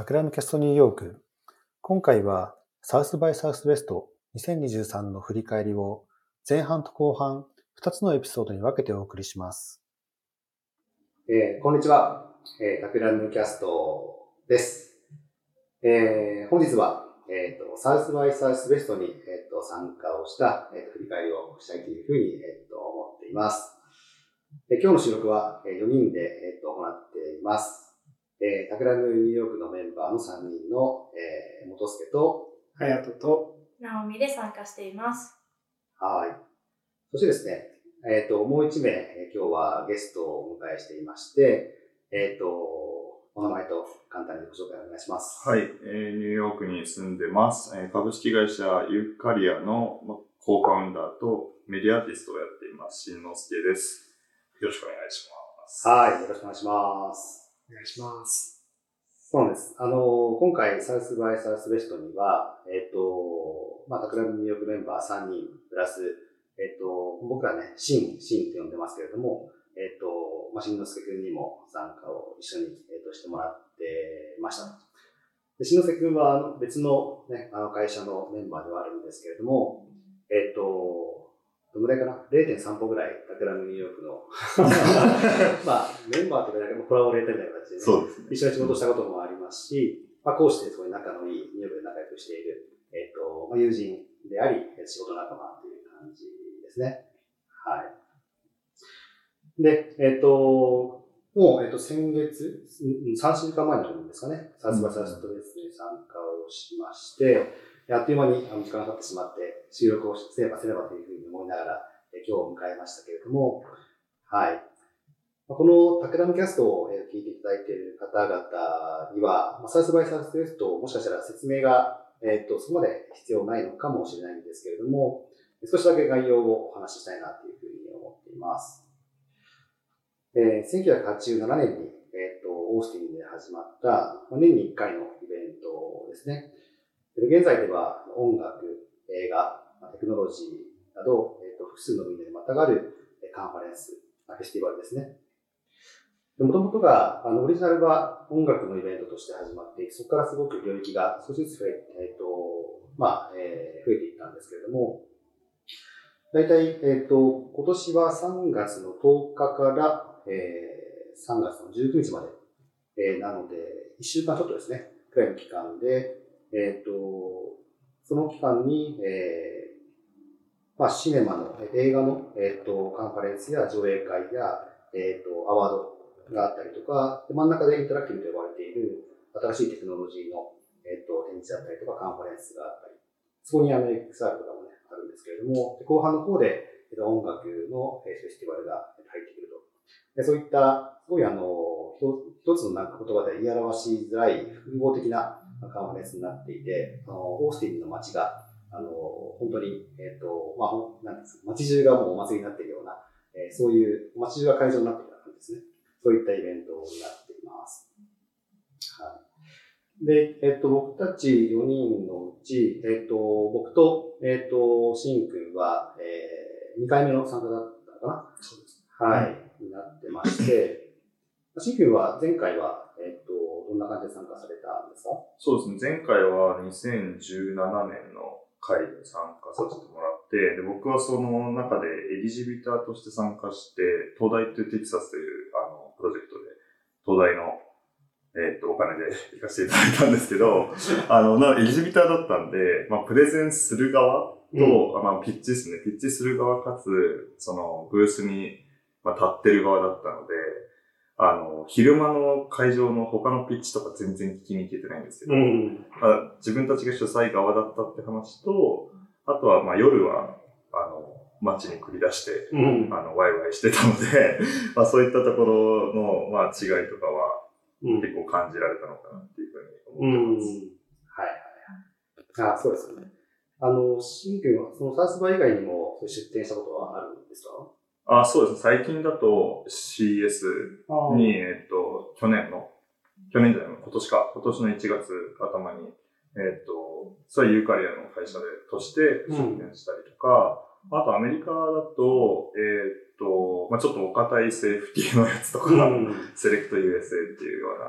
桜のキャストニューヨーク。今回はサウスバイサウスウェスト2023の振り返りを前半と後半2つのエピソードに分けてお送りします。 こんにちは。桜のキャストです。本日は、サウスバイサウスウェストに、参加をした、振り返りをしたいというふうに、思っています。今日の収録は、4人で、行っています。桜のニューヨークのメンバーの3人の、元助と隼人と直美で参加しています。 はい。そしてですね、もう1名、今日はゲストをお迎えしていまして、お名前と簡単にご紹介お願いします。 はい、ニューヨークに住んでます。株式会社ユーカリアのコーファウンダーとメディアアーティストをやっています、新之助です。よろしくお願いします。 はい、よろしくお願いします。 お願いします。 そうなんです。今回、サウスバイサウスウェストには、桜のニューヨークメンバー3人、プラス、僕らね、シンって呼んでますけれども、新之助くんにも参加を一緒に、してもらってました。で、新之助くんは別のね、会社のメンバーではあるんですけれども、どのぐらいかな ?0.3 歩ぐらい、桜のニューヨークの、メンバーとかだけコラボレーターみたいな形で、ね、 そうですね。 一緒に仕事したこともありますし、こうしてすごい仲のいい、ニューヨークで仲良くしている、友人であり、仕事仲間という感じですね。はい。で、もう、先月、3週間前になるんですかね、サウスバイサウスウェストに参加をしまして、あっという間に時間が経ってしまって、収録をすればというふうに思いながら、今日を迎えましたけれども、はい。このタクラムキャストを聞いていただいている方々には、サウスバイサウスウェストもしかしたら説明が、そこまで必要ないのかもしれないんですけれども、少しだけ概要をお話ししたいなというふうに思っています。1987年に、オースティンで始まった年に1回のイベントですね。現在では音楽、映画、テクノロジーなど、複数の分野にまたがるカンファレンス、フェスティバルですね。もともとが、オリジナルは音楽のイベントとして始まって、そこからすごく領域が少しずつ増えていったんですけれども、だいたい、今年は3月の10日から、3月の19日まで、なので、1週間ちょっとですね、くらいの期間で、その期間に、シネマの、映画の、カンファレンスや上映会や、アワードがあったりとか、真ん中でインタラクティブと呼ばれている新しいテクノロジーの、展示だったりとかカンファレンスがあったり、そこにXR とかもね、あるんですけれども、後半の方で、音楽のフェスティバルが入ってくると。でそういった、すごい一つのなんか言葉で言い表しづらい複合的なカンファレンスになっていて、オースティンの街が、本当に、街中がもうお祭りになっているような、そういう街中が会場になっているような感じですね。そういったイベントになっています。はい。で、僕たち4人のうち、僕と、シン君は、2回目の参加だったかな。 そうです。 はい。になってまして、シン君は前回は、どんな感じで参加されたんですか？ そうですね。前回は2017年の会に参加させてもらって、で僕はその中でエキジビターとして参加して、東大トゥテキサスというプロジェクトで、東大の、お金で行かせていただいたんですけど、エキジビターだったんで、プレゼンする側と、ピッチですね。ピッチする側かつ、そのブースに、立ってる側だったので、昼間の会場の他のピッチとか全然聞きに行けてないんですけど、自分たちが主催側だったって話と、あとは夜は、街に繰り出して、ワイワイしてたので、そういったところの、違いとかは、結構感じられたのかなっていうふうに思ってます。 はいはいはい。そうですよね。シン君は、そのサウスバイ以外にも出展したことはあるんですか？ そうですね。最近だと CS に、今年の1月頭に、それはユーカリアの会社として出展したりとか、あとアメリカだと、ちょっとお堅いセーフティーのやつとか、セレクト USA っていうような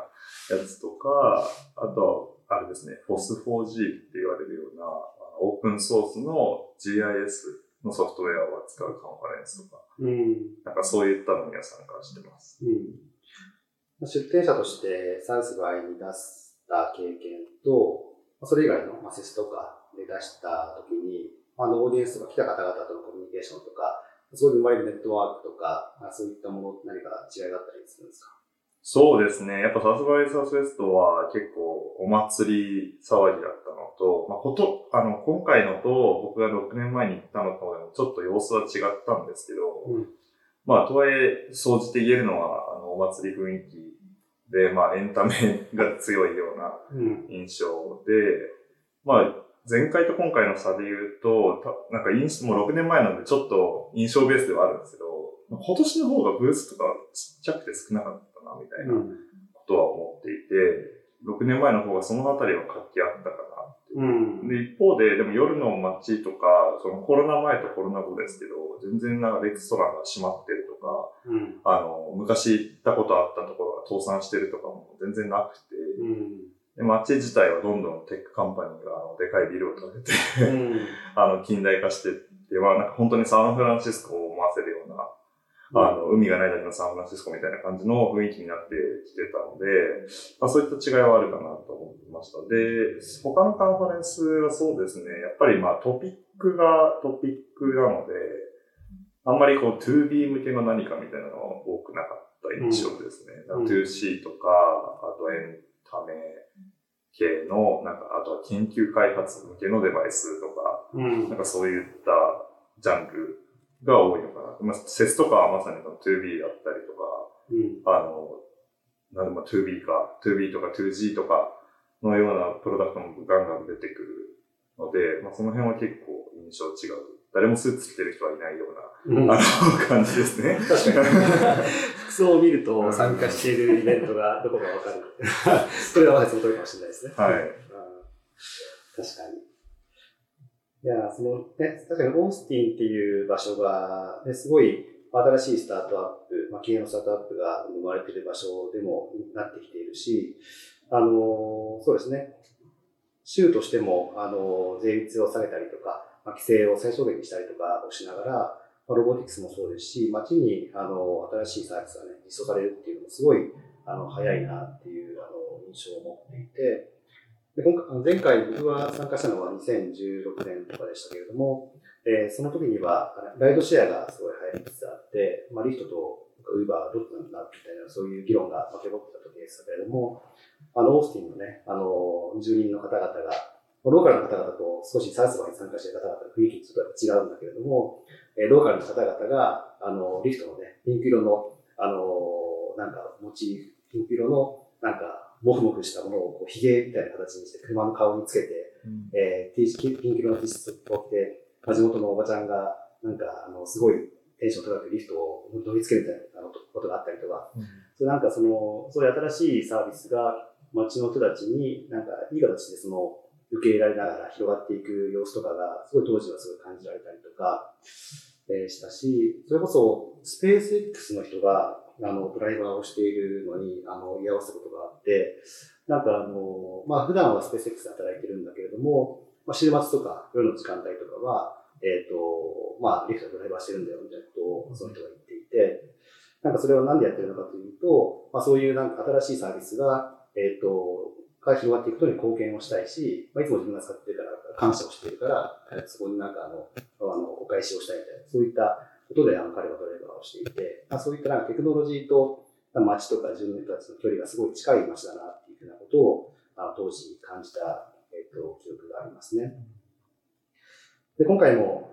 やつとか、あとは、あれですね、FOSS4G って言われるような、オープンソースの GIS のソフトウェアを扱うカンファレンスとか、なんかそういったのには参加してます。 出展者としてサウスバイに出した経験と、それ以外のセスとかで出した時に、オーディエンスとか来た方々とのコミュニケーションとか、そこで生まれるネットワークとか、そういったもの、何か違いがあったりするんですか？ そうですね。やっぱサウスバイサウスウェストは結構お祭り騒ぎだったのと、今回のと僕が6年前に行ったのとでもちょっと様子は違ったんですけど、とはいえ、総じて言えるのは、お祭り雰囲気で、エンタメが強いような印象で、前回と今回の差で言うと、もう6年前なんでちょっと印象ベースではあるんですけど、今年の方がブースとかちっちゃくて少なかったな、みたいなことは思っていて、6年前の方がそのあたりは活気あったかなっていう。で、一方で、でも夜の街とか、そのコロナ前とコロナ後ですけど、全然レストランが閉まってるとか、昔行ったことあったところが倒産してるとかも全然なくて、で街自体はどんどんテックカンパニーがでかいビルを建てて近代化していって、本当にサンフランシスコを思わせるような、海がないだけのサンフランシスコみたいな感じの雰囲気になってきてたので、そういった違いはあるかなと思ってました。で、他のカンファレンスはそうですね、やっぱりトピックがトピックなので、あんまり2B 向けの何かみたいなのは多くなかった印象ですね。2C とか、あとエンタメ系の、あとは研究開発向けのデバイスとか、そういったジャンルが多いのかな。セスとかはまさに 2B だったりとか、2B か、2B とか 2G とかのようなプロダクトもガンガン出てくるので、その辺は結構印象違う。誰もスーツ着てる人はいないような、感じですね。 確かに。服装を見ると参加しているイベントがどこかわかる。それはまだその通りかもしれないですね。 はい。 確かに。いや、確かにオースティンっていう場所が、すごい新しいスタートアップ、経営のスタートアップが生まれている場所でもなってきているし、そうですね。州としても、税率を下げたりとか、規制を最小限にしたりとかをしながら、ロボティクスもそうですし、街に、新しいサービスがね、実装されるっていうのもすごい、早いなっていう、印象を持っていて、で前回僕が参加したのは2016年とかでしたけれども、その時には、ライドシェアがすごい流行りつつあって、リフトとウーバーどっちなんだみたいな、そういう議論が巻き起こってた時でしたけれども、オースティンのね、住人の方々が、ローカルの方々と少しサウスバイに参加している方々の雰囲気ちょっと違うんだけれども、ローカルの方々が、リフトのね、ピンク色の、モチーフ、ピンク色の、モフモフしたものを髭みたいな形にして車の顔につけて、ピンク色の T シャツを着て、地元のおばちゃんが、すごいテンション高くリフトを乗りつけるみたいなことがあったりとか、そういう新しいサービスが街の人たちに、いい形で受け入れられながら広がっていく様子とかが、すごい当時はすごい感じられたりとか、したし、それこそスペース X の人が、ドライバーをしているのに、居合わせたことがあって、普段はスペース X で働いてるんだけれども、週末とか夜の時間帯とかは、リフトでドライバーしてるんだよみたいなことをその人が言っていて、それは何でやってるのかというと、そういう新しいサービスが、が広がっていくことに貢献をしたいし、いつも自分が使ってるから、感謝をしているから、そこにお返しをしたいみたいな、そういったことで彼はドライバーをしていて、そういったテクノロジーと街とか住民の人たちの距離がすごい近い街だなっていうふうなことを、当時感じた、記憶がありますね。で、今回も、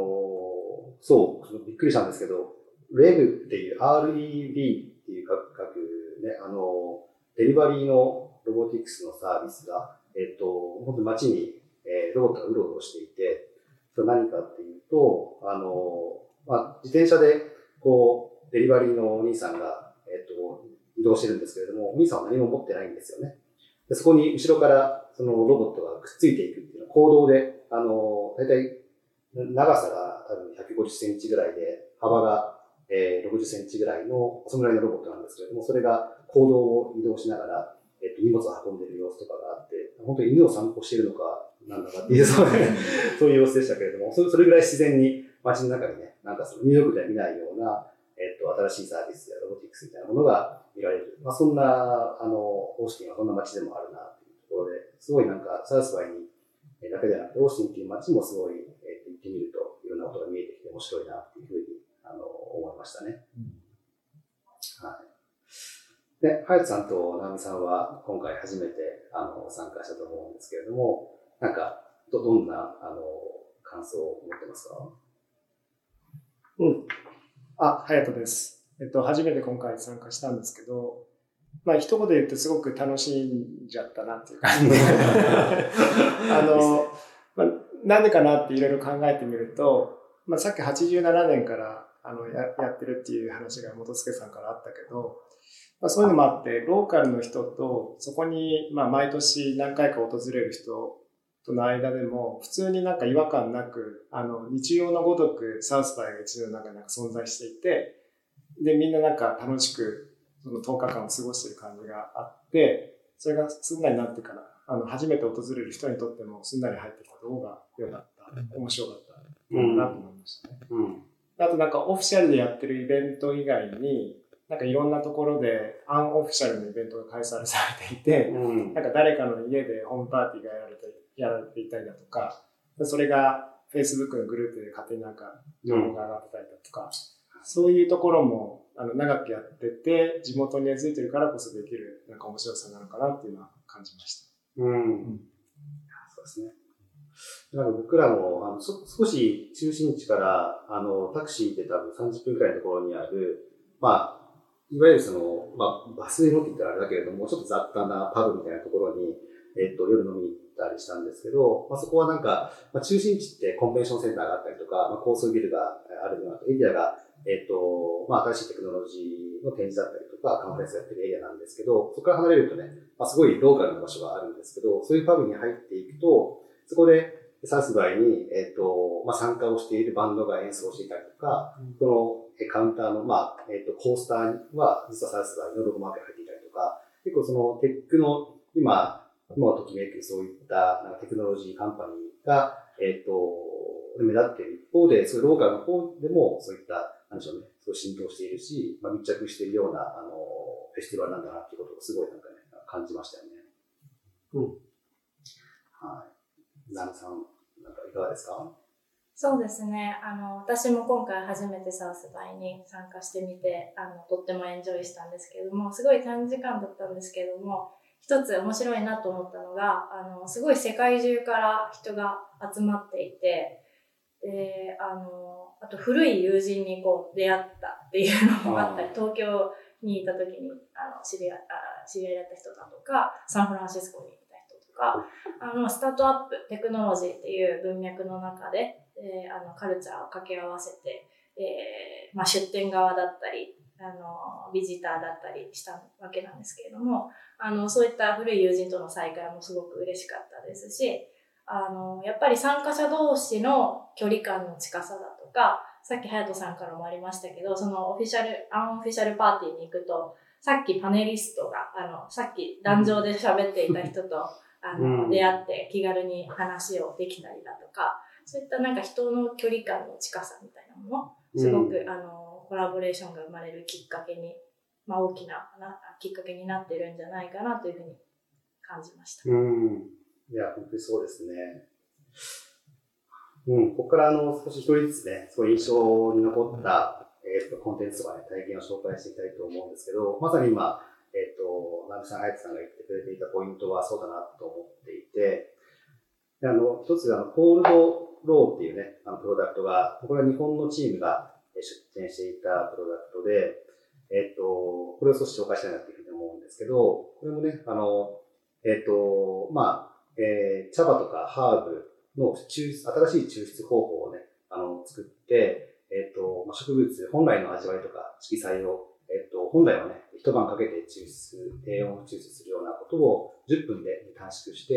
びっくりしたんですけど、REV っていう REV っていう書くね、デリバリーのロボティクスのサービスが、本当に街に、ロボットがうろうろしていて、それ何かっていうと、自転車で、デリバリーのお兄さんが、移動してるんですけれども、お兄さんは何も持ってないんですよね。でそこに後ろから、そのロボットがくっついていくっていうのは、行動で、だいたい長さが多分150センチぐらいで、幅が、60センチぐらいの、そのぐらいのロボットなんですけれども、それが行動を移動しながら、 荷物を運んでいる様子とかがあって、本当に犬を散歩しているのか、なんだかっていう、そういう様子でしたけれども、それぐらい自然に街の中にね、なんかそのニューヨークでは見ないような、新しいサービスやロボティクスみたいなものが見られる。そんな、オースティンはそんな街でもあるな、というところで、すごいなんか、サウスバイにだけではなくて、オースティンっていう街もすごい、行ってみると、いろんなことが見えてきて面白いな、っていうふうに、思いましたね。はい。で、ハヤトさんとナオミさんは今回初めて参加したと思うんですけれども、なんかどんな感想を持ってますか？ ハヤトです。初めて今回参加したんですけど、一言で言ってすごく楽しんじゃったなっていう感じでなんでかなっていろいろ考えてみると、さっき87年からやってるっていう話が元助さんからあったけど、そういうのもあって、ローカルの人と、そこに、毎年何回か訪れる人との間でも、普通になんか違和感なく、日常のごとくサウスバイが一年の中になんか存在していて、で、みんななんか楽しく、その10日間を過ごしている感じがあって、それがすんなりなってから、初めて訪れる人にとってもすんなり入ってきた動画良かった、面白かったなと思いましたね。あとなんかオフィシャルでやってるイベント以外に、なんかいろんなところでアンオフィシャルのイベントが開催されていて、なんか誰かの家でホームパーティーがやられていたりだとか、それが Facebook のグループで勝手になんか情報が上がってたりだとか、そういうところも長くやってて、地元に根付いてるからこそできるなんか面白さなのかなっていうのは感じました。 そうですね。なんか僕らも少し中心地からタクシーで多分30分くらいのところにある、いわゆるバスに乗っていったらあれだけれども、ちょっと雑多なパブみたいなところに、夜飲みに行ったりしたんですけど、そこはなんか、中心地ってコンベンションセンターがあったりとか、高層ビルがあるようなエリアが、新しいテクノロジーの展示だったりとか、カンファレンスやってるエリアなんですけど、そこから離れるとね、すごいローカルな場所があるんですけど、そういうパブに入っていくと、そこでサウスバイに、参加をしているバンドが演奏していたりとか、このカウンターの、コースターは実はサウスバイのロゴマークが入っていたりとか、結構そのテックの今をときめくそういったテクノロジーカンパニーが、目立っている一方で、そういうローカルの方でもそういった、なんでしょうね、すごい浸透しているし、密着しているような、フェスティバルなんだなっていうことをすごいなんかね、感じましたよね。はい。ナナさん、なんかいかがですか？ そうですね。私も今回初めてサウスバイに参加してみて、とってもエンジョイしたんですけれども、すごい短時間だったんですけれども、一つ面白いなと思ったのが、すごい世界中から人が集まっていて、で、あと古い友人にこう出会ったっていうのもあったり、東京にいた時に知り合いだった人だとか、サンフランシスコにいた人とか、スタートアップ、テクノロジーっていう文脈の中で、カルチャーを掛け合わせて、出店側だったり、ビジターだったりしたわけなんですけれども、そういった古い友人との再会もすごく嬉しかったですし、やっぱり参加者同士の距離感の近さだとか、さっき隼人さんからもありましたけど、そのアンオフィシャルパーティーに行くと、さっきパネリストが、さっき壇上で喋っていた人と、出会って気軽に話をできたりだとか、そういったなんか人の距離感の近さみたいなもの、すごく、コラボレーションが生まれるきっかけに、大きなきっかけになってるんじゃないかなというふうに感じました。 いや、本当にそうですね。ここから少し一人ずつね、すごい印象に残った、コンテンツとかね、体験を紹介していきたいと思うんですけど、まさに今、ナムさん、ハヤトさんが言ってくれていたポイントはそうだなと思っていて、で一つ、コールドローっていうね、プロダクトが、これは日本のチームが出展していたプロダクトで、これを少し紹介したいなっていうふうに思うんですけど、これもね、茶葉とかハーブの新しい抽出方法をね、作って、植物本来の味わいとか色彩を、本来はね、一晩かけて低温抽出するようなことを10分で短縮して、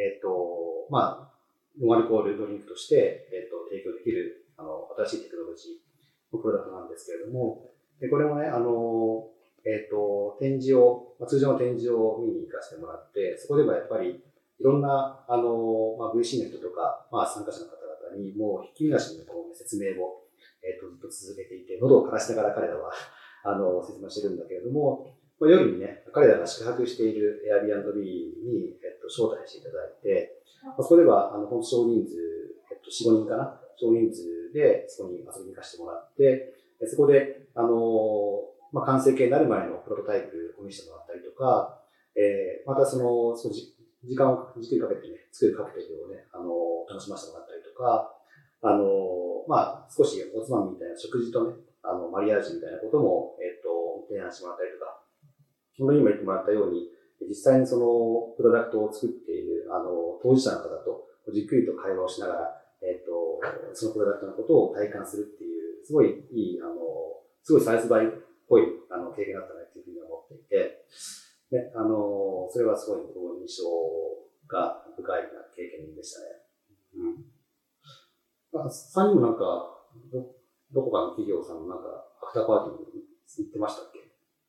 ノンアルコールドリンクとして、提供できる、新しいテクノロジーのプロダクトなんですけれども、これもね、 展示を、通常の展示を見に行かせてもらって、そこでもやっぱりいろんな、VC の人とか、参加者の方々にもうひっきりなしにこう説明を、ずっと続けていて、喉を枯らしながら彼らは、説明してるんだけれども、夜にね、彼らが宿泊している Airbnb に、招待していただいて、そこでは、本当少人数、4、5人かな、少人数でそこに遊びに行かせてもらって、そこで、完成形になる前のプロトタイプを見せてもらったりとか、また時間をじっくりかけてね、作るカクテルをね、楽しませてもらったりとか、少しおつまみみたいな食事とね、マリアージュみたいなことも、提案してもらったりとか、今言ってもらったように、実際にそのプロダクトを作っている、当事者の方とじっくりと会話をしながら、そのプロダクトのことを体感するっていう、すごいいい、すごいサイズバイっぽい、経験だったなっていうふうに思っていて、ね、それはすごい印象が深いな経験でしたね。3人もなんか、どこかの企業さんのなんか、アフターパーティーに行ってましたっけ？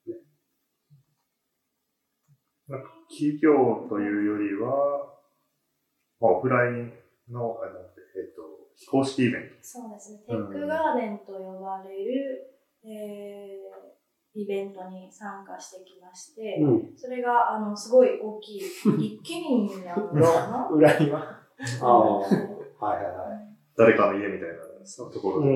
なんか企業というよりは、オフラインの、非公式イベント。 そうですね。テックガーデンと呼ばれる、イベントに参加してきまして、それがすごい大きい一気になるのかな裏庭。 はいはいはい。 誰かの家みたいなところ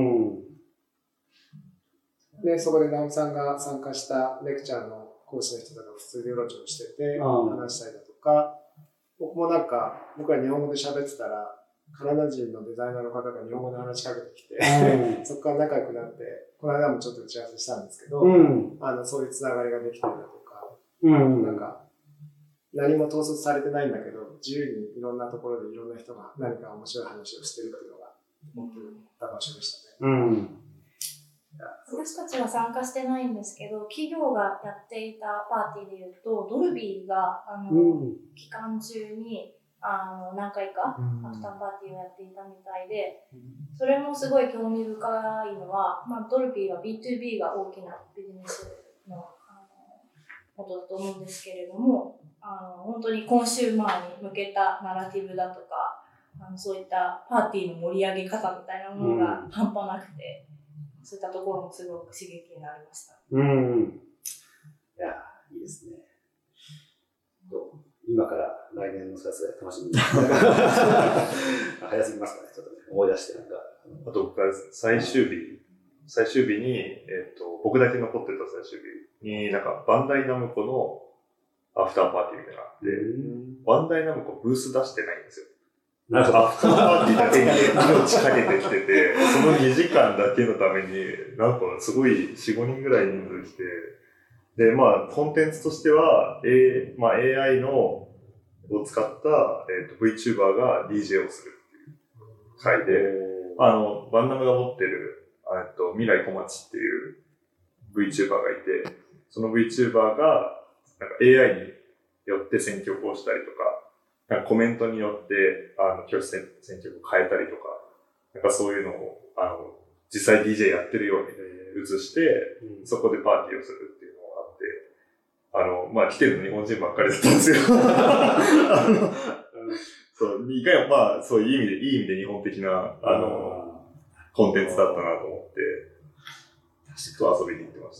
で。 で、そこで直美さんが参加したレクチャーの講師の人とか普通にうろちょろしてて、話したりだとか、僕もなんか、僕は日本語で喋ってたら、カナダ人のデザイナーの方が日本語で話しかけてきて、そこから仲良くなって、この間もちょっと打ち合わせしたんですけど、そういうつながりができたりだとか、なんか、何も統率されてないんだけど、自由にいろんなところでいろんな人が何か面白い話をしてるっていうのが、僕、楽しみでしたね。 私たちは参加してないんですけど、企業がやっていたパーティーでいうと、ドルビーが期間中に何回かアフターパーティーをやっていたみたいで、それもすごい興味深いのは、ドルビーは B2B が大きなビジネスのことだと思うんですけれども、本当にコンシューマーに向けたナラティブだとか、そういったパーティーの盛り上げ方みたいなものが半端なくて、そういったところもすごく刺激になりました。 いや、いいですね。今から来年の2つ楽しみに。早すぎますかね、ちょっとね、思い出してなんか。 あと僕は最終日に、僕だけ残ってた最終日に、なんかバンダイナムコのアフターパーティーみたいなのがあって、バンダイナムコブース出してないんですよ。アフターパーティーだけに命かけてきてて、その2時間だけのために、なんかすごい4、5人ぐらい人数来て、で、コンテンツとしては、AI を使った、VTuber が DJ をするっていう回で、バンダムが持ってる、未来小町っていう VTuber がいて、その VTuber が、なんか AI によって選曲をしたりとか、なんかコメントによって、今日選曲を変えたりとか、なんかそういうのを、実際 DJ やってるように映して、そこでパーティーをするっていうのがあって、来てるの日本人ばっかりだったんですよ。そう、いかにそういういい意味で日本的な、コンテンツだったなと思って、ちょっと遊びに行ってました。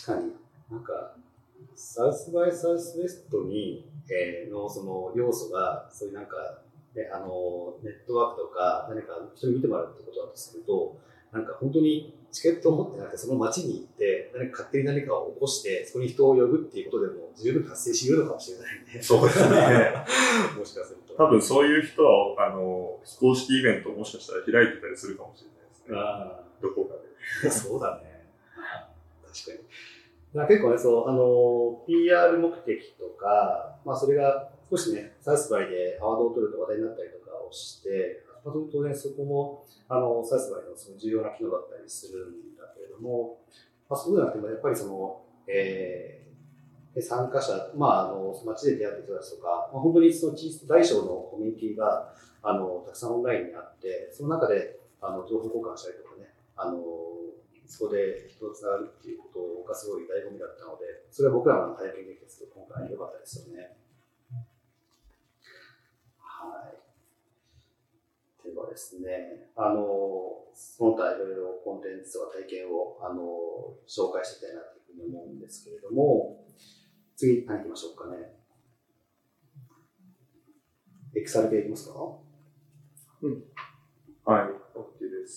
確かに、なんか、サウスバイサウスウェストに、のその要素が、そういうなんか、ね、ネットワークとか、何か人に見てもらうってことだとすると、なんか本当にチケットを持ってなくて、その街に行って、勝手に何かを起こして、そこに人を呼ぶっていうことでも十分達成し得るのかもしれないね。 そうですね。 もしかすると。 多分そういう人は、非公式イベントをもしかしたら開いてたりするかもしれないですね。どこかで。 そうだね。確かに。結構ね、PR 目的とか、それが少しね、サウスバイでアワードを取ると話題になったりとかをして、当然そこも、サウスバイのその重要な機能だったりするんだけれども、そうじゃなくても、やっぱり参加者、街で出会った人たちとか、本当にその大小のコミュニティが、たくさんオンラインにあって、その中で、情報交換したりとかね、 そこで人とつながるっていうことがすごい醍醐味だったので、それは僕らの体験できて今回良かったですよね。はい。ではですね、その他いろいろコンテンツとか体験を紹介していきたいなというふうに思うんですけれども、次何行きましょうかね。XR 系いきますか？ うん。はい、OK です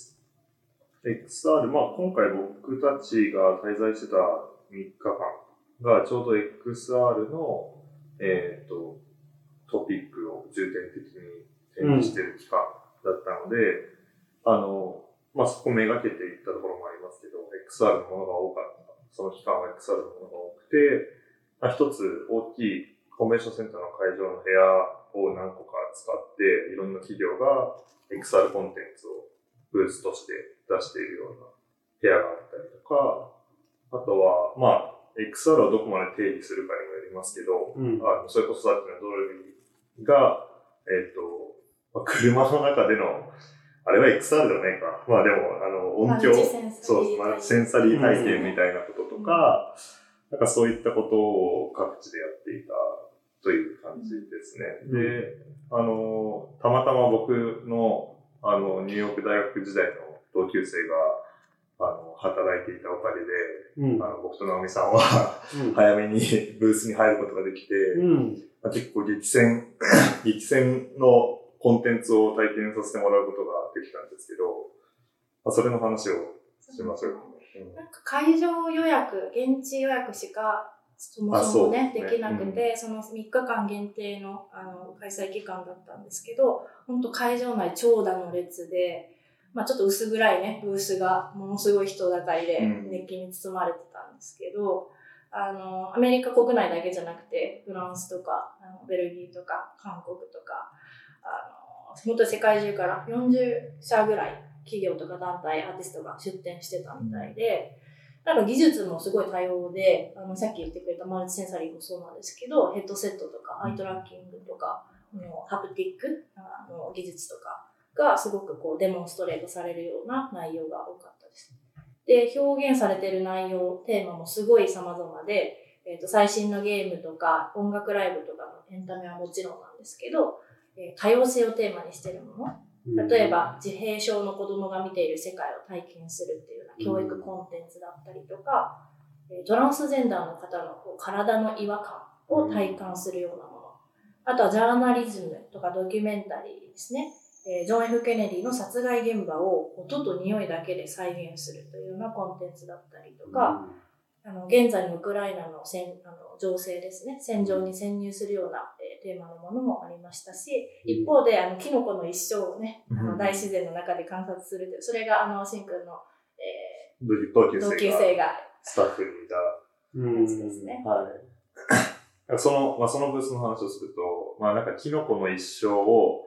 。XR、今回僕たちが滞在してた3日間がちょうど XR の、トピックを重点的に展示している期間だったので、そこめがけていったところもありますけど、XR のものが多かった。その期間は XR のものが多くて、一つ大きいコンベンションセンターの会場の部屋を何個か使って、いろんな企業が XR コンテンツをブースとして出しているような部屋があったりとか、あとは、XR をどこまで定義するかにもよりますけど、それこそさっきのドルビーが、車の中での、あれは XR ではないか。でも、音響、マルチセンサリー体験みたいなこととか、なんかそういったことを各地でやっていたという感じですね。で、たまたま僕の、ニューヨーク大学時代の同級生が、働いていたおかげで、僕と直美さんは早めにブースに入ることができて、結構激戦のコンテンツを体験させてもらうことができたんですけど、それの話をしましょう。 なんか会場予約、現地予約しかそもそもね、できなくて、その3日間限定の、開催期間だったんですけど、本当会場内長蛇の列で、ちょっと薄暗いね、ブースがものすごい人だかりで熱気に包まれてたんですけど、アメリカ国内だけじゃなくて、フランスとか、ベルギーとか、韓国とか、本当に世界中から40社ぐらい企業とか団体、アーティストが出展してたみたいで、なんか技術もすごい多様で、さっき言ってくれたマルチセンサリーもそうなんですけど、ヘッドセットとか、アイトラッキングとか、ハプティック技術とかがすごくデモンストレートされるような内容が多かったです。で、表現されている内容、テーマもすごい様々で、最新のゲームとか音楽ライブとかのエンタメはもちろんなんですけど、多様性をテーマにしているもの、例えば自閉症の子供が見ている世界を体験するっていうような教育コンテンツだったりとか、トランスジェンダーの方の体の違和感を体感するようなもの、あとはジャーナリズムとかドキュメンタリーですね。ジョン・ F ・ケネディの殺害現場を音と匂いだけで再現するというようなコンテンツだったりとか、現在のウクライナの情勢ですね、戦場に潜入するようなテーマのものもありましたし、一方でキノコの一生をね、大自然の中で観察するという、それがシンくんの、同級生がスタッフにいたやつですね。 そのブースの話をすると、なんかキノコの一生を、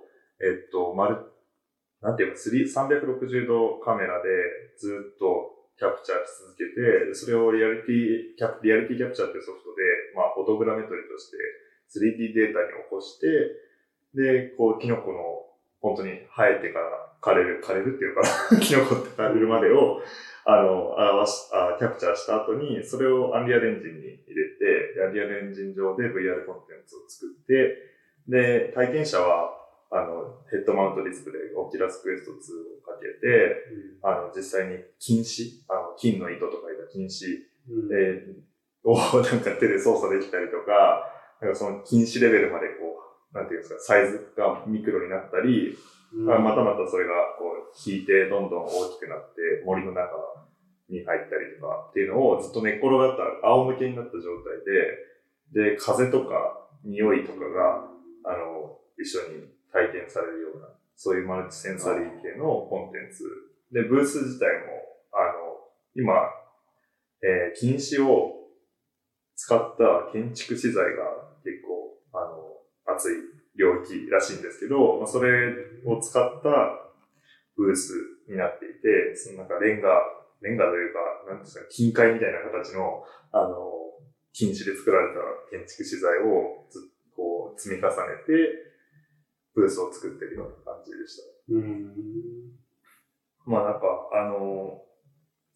なんていうか、360度カメラでずっとキャプチャーし続けて、それをリアリティキャプチャーっていうソフトで、フォトグラメトリとして 3D データに起こして、で、キノコの本当に生えてから枯れるっていうかキノコって枯れるまでを、キャプチャーした後に、それをアンリアルエンジンに入れて、アンリアルエンジン上で VR コンテンツを作って、で、体験者は、ヘッドマウントディスプレイ、オキュラスクエスト2をかけて、実際に金の糸とかいた金糸、をなんか手で操作できたりとか、なんかその金糸レベルまでなんていうんですか、サイズがミクロになったり、またそれが引いてどんどん大きくなって森の中に入ったりとかっていうのをずっと寝っ転がった仰向けになった状態で、風とか匂いとかが、一緒に体験されるような、そういうマルチセンサリー系のコンテンツ。で、ブース自体も、今、金糸を使った建築資材が結構、熱い領域らしいんですけど、それを使ったブースになっていて、そのなんかレンガというか、なんですかね、金塊みたいな形の、金糸で作られた建築資材を積み重ねて、ブースを作ってるような感じでした。なんか、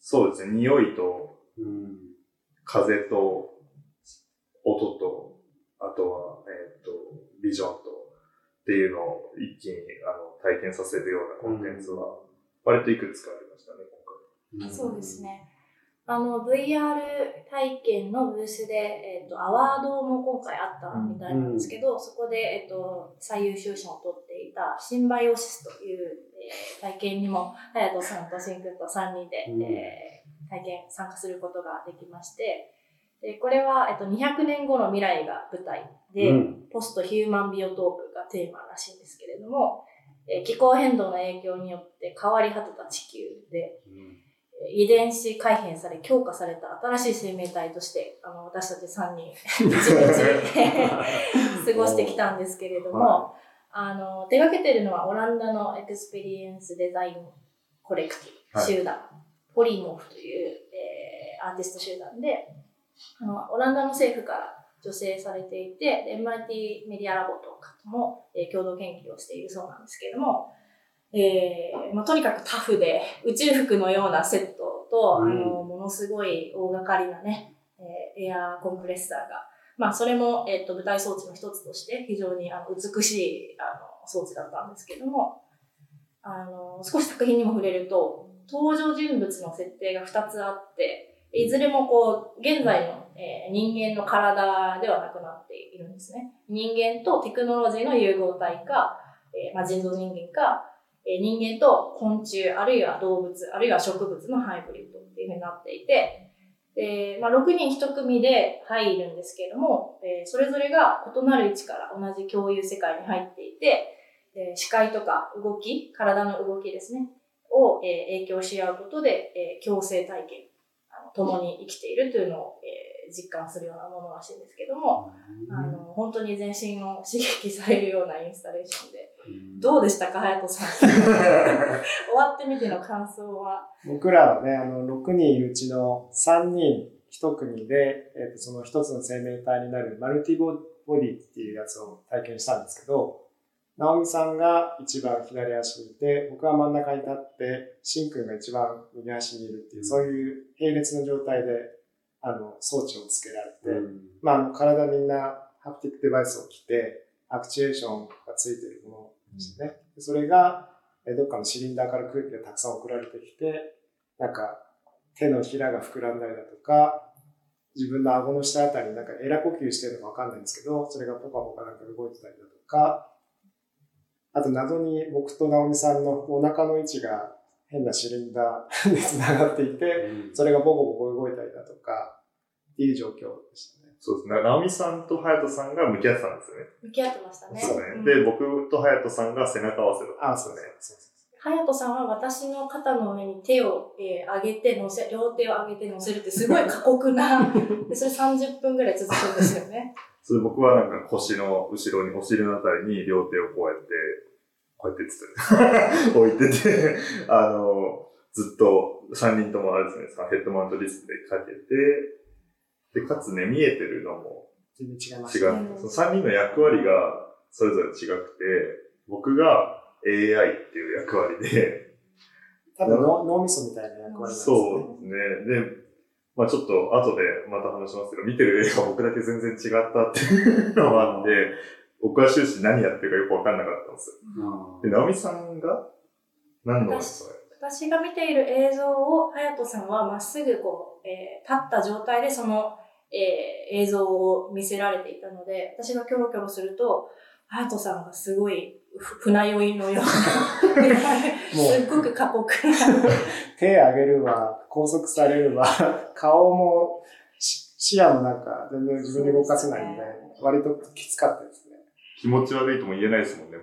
そうですね、匂いと、風と、音と、あとは、ビジョンと、っていうのを一気に体験させるようなコンテンツは、割といくつかありましたね、今回。 そうですね。VR 体験のブースで、アワードも今回あったみたいなんですけど、そこで、最優秀賞を取っていたシンバイオシスという、体験にも、隼人さんとしんくんと3人で、参加することができまして、これは、200年後の未来が舞台で、ポストヒューマンビオトープがテーマらしいんですけれども、気候変動の影響によって変わり果てた地球で、遺伝子改変され強化された新しい生命体として私たち3人一日過ごしてきたんですけれども、手掛けているのはオランダのエクスペリエンスデザインコレクティブ集団、ポリモーフという、アーティスト集団でオランダの政府から助成されていて MIT メディアラボとかとも、共同研究をしているそうなんですけれども、とにかくタフで宇宙服のようなセットと、ものすごい大掛かりなね、エアーコンプレッサーが、それも、舞台装置の一つとして非常に美しい装置だったんですけども、少し作品にも触れると登場人物の設定が2つあって、いずれも現在の、人間の体ではなくなっているんですね。人間とテクノロジーの融合体か、人造人間か、人間と昆虫、あるいは動物、あるいは植物のハイブリッドっていうふうになっていて、6人1組で入るんですけれども、それぞれが異なる位置から同じ共有世界に入っていて、視界とか動き、体の動きですね、を、影響し合うことで、共生体験、共に生きているというのを、実感するようなものらしいんですけども、本当に全身を刺激されるようなインスタレーションで、どうでしたか、隼人さん。終わってみての感想は。 僕らはね、6人いるうちの3人1組で、その一つの生命体になるマルティボディっていうやつを体験したんですけど、直美さんが一番左足にいて、僕は真ん中に立って、しんくんが一番右足にいるっていう、そういう並列の状態で、装置をつけられて、体みんなハプティックデバイスを着て、アクチュエーションがついているものですね。それが、どっかのシリンダーから空気がたくさん送られてきて、手のひらが膨らんだりだとか、自分の顎の下あたりにエラ呼吸してるのかわかんないんですけど、それがポカポカ動いてたりだとか、あと謎に僕と直美さんのお腹の位置が変なシリンダーで繋がっていて、それがボコボコ動いたりだとか、っていう状況でしたね。 そうですね。直美さんと隼人さんが向き合ってたんですよね。 向き合ってましたね。 そうね。で、僕と隼人さんが背中合わせだったんですよね。 隼人さんは私の肩の上に手を、上げて両手を上げて乗せるってすごい過酷な、でそれ30分ぐらい続くんですよね。 それ僕は腰の後ろに、お尻のあたりに両手をこうやって置いてて、ずっと3人ともあれですね、ヘッドマウントディスプレイかけて、で、かつね、見えてるのも全然違います。違う。その3人の役割がそれぞれ違くて、僕が AI っていう役割で、 多分脳みそみたいな役割なんですね。 そうですね。で、ちょっと後でまた話しますけど、見てる映画僕だけ全然違ったっていうのがあって、僕は終始何やってるかよくわかんなかったんですよ。で、直美さんが何の私が見ている映像を隼人さんはまっすぐ立った状態でその、映像を見せられていたので、私がキョロキョロすると、隼人さんがすごい船酔いのような、すっごく過酷な。 手上げるわ、拘束されるわ、顔も視野の全然自分で動かせないんで、割ときつかったですね。 気持ち悪いとも言えないですもんね。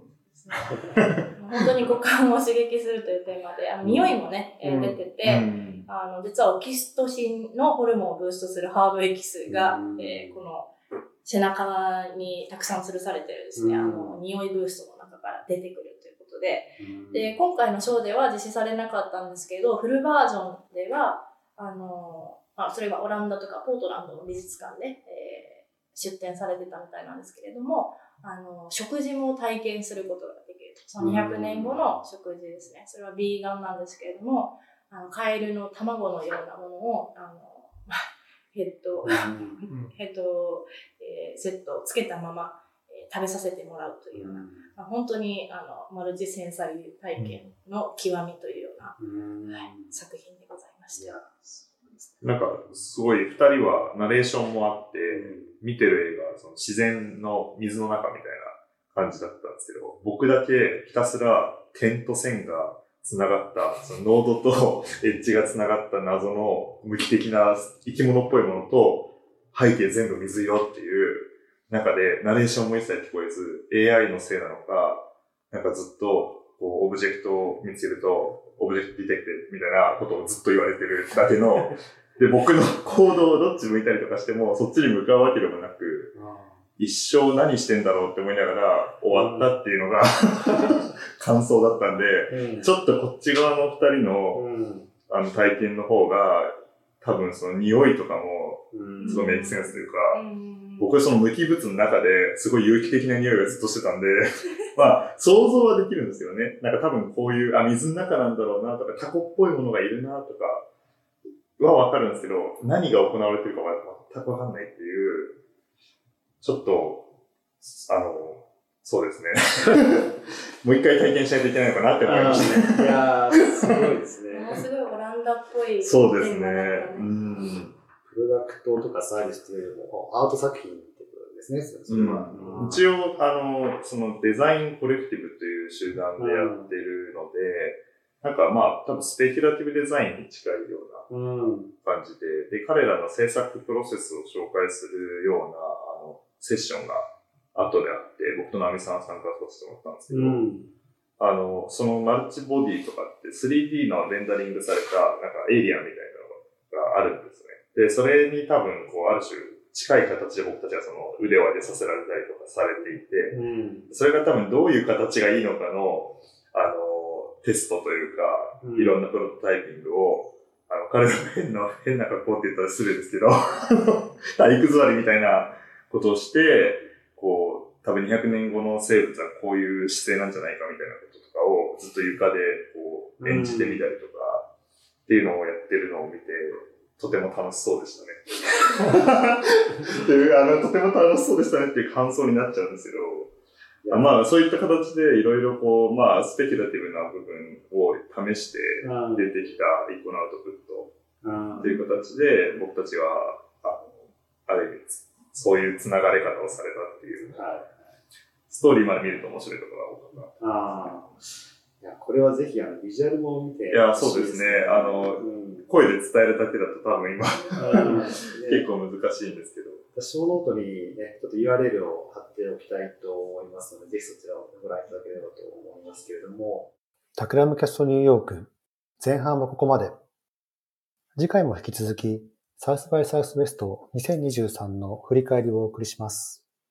本当に五感を刺激するというテーマで、匂いもね、出てて、実はオキシトシンのホルモンをブーストするハーブエキスが、この背中にたくさん吊るされてるですね、匂いブーストの中から出てくるということで、今回のショーでは実施されなかったんですけど、フルバージョンでは、それがオランダとかポートランドの美術館で、出展されてたみたいなんですけれども、食事も体験することができると。その200年後の食事ですね。それはビーガンなんですけれども、 カエルの卵のようなものを、ヘッドセットをつけたまま、食べさせてもらうというような、本当にマルチセンサリー体験の極みというような、作品でございました。 なんか、すごい、二人はナレーションもあって、見てる映画、その自然の水の中みたいな感じだったんですけど、僕だけひたすら点と線が繋がった、そのノードとエッジが繋がった謎の無機的な生き物っぽいものと、背景全部水色っていう中で、ナレーションも一切聞こえず、AI のせいなのか、なんかずっと、こう、オブジェクトを見つけると、オブジェクトディテクテみたいなことをずっと言われてるだけの、で、僕の行動をどっち向いたりとかしても、そっちに向かうわけでもなく、一生何してんだろうって思いながら終わったっていうのが感想だったんで、ちょっとこっち側の二人の、体験の方が、多分その匂いとかも、すごいメイクセンスというか、僕はその無機物の中ですごい有機的な匂いがずっとしてたんで、まあ、想像はできるんですよね。なんか多分こういう、水の中なんだろうなとか、タコっぽいものがいるなとかはわかるんですけど、何が行われてるかは全くわかんないっていう、ちょっと、そうですね。もう一回体験しないといけないのかなって思いましたね。 いやー、すごいですね。 ものすごいオランダっぽい、 そうですね。 プロダクトとかサービスというよりも、アート作品ってことですね、それは。 一応、そのデザインコレクティブという集団でやってるので、なんかまあ、多分スペキュラティブデザインに近いような感じで、で、彼らの制作プロセスを紹介するような、セッションが後であって、僕とナミさん参加させてもらったんですけど、そのマルチボディとかって 3D のレンダリングされた、なんかエイリアンみたいなのがあるんですね。で、それに多分、こう、ある種、近い形で僕たちはその腕を上げさせられたりとかされていて、それが多分どういう形がいいのかの、テストというか、いろんなプロトタイピングを、彼の変な格好って言ったら失礼ですけど、体育座りみたいなことをして、こう、多分200年後の生物はこういう姿勢なんじゃないかみたいなこととかをずっと床でこう演じてみたりとかっていうのをやってるのを見て、とても楽しそうでしたね。っていう、とても楽しそうでしたねっていう感想になっちゃうんですけど、まあそういった形でいろいろこう、まあスペキュラティブな部分を試して出てきた一個のアウトプットっていう形で僕たちは、ある意味、そういう繋がれ方をされたっていう、ストーリーまで見ると面白いところが多かった。 いや、これはぜひビジュアルも見て、 いや、そうですね。声で伝えるだけだと多分今、結構難しいんですけど。 ショーノートにね、ちょっと URL を貼っておきたいと思いますので、ぜひそちらをご覧いただければと思いますけれども。 タクラムキャストニューヨーク、前半はここまで。次回も引き続き、サウスバイサウスウェスト2023の振り返りをお送りします。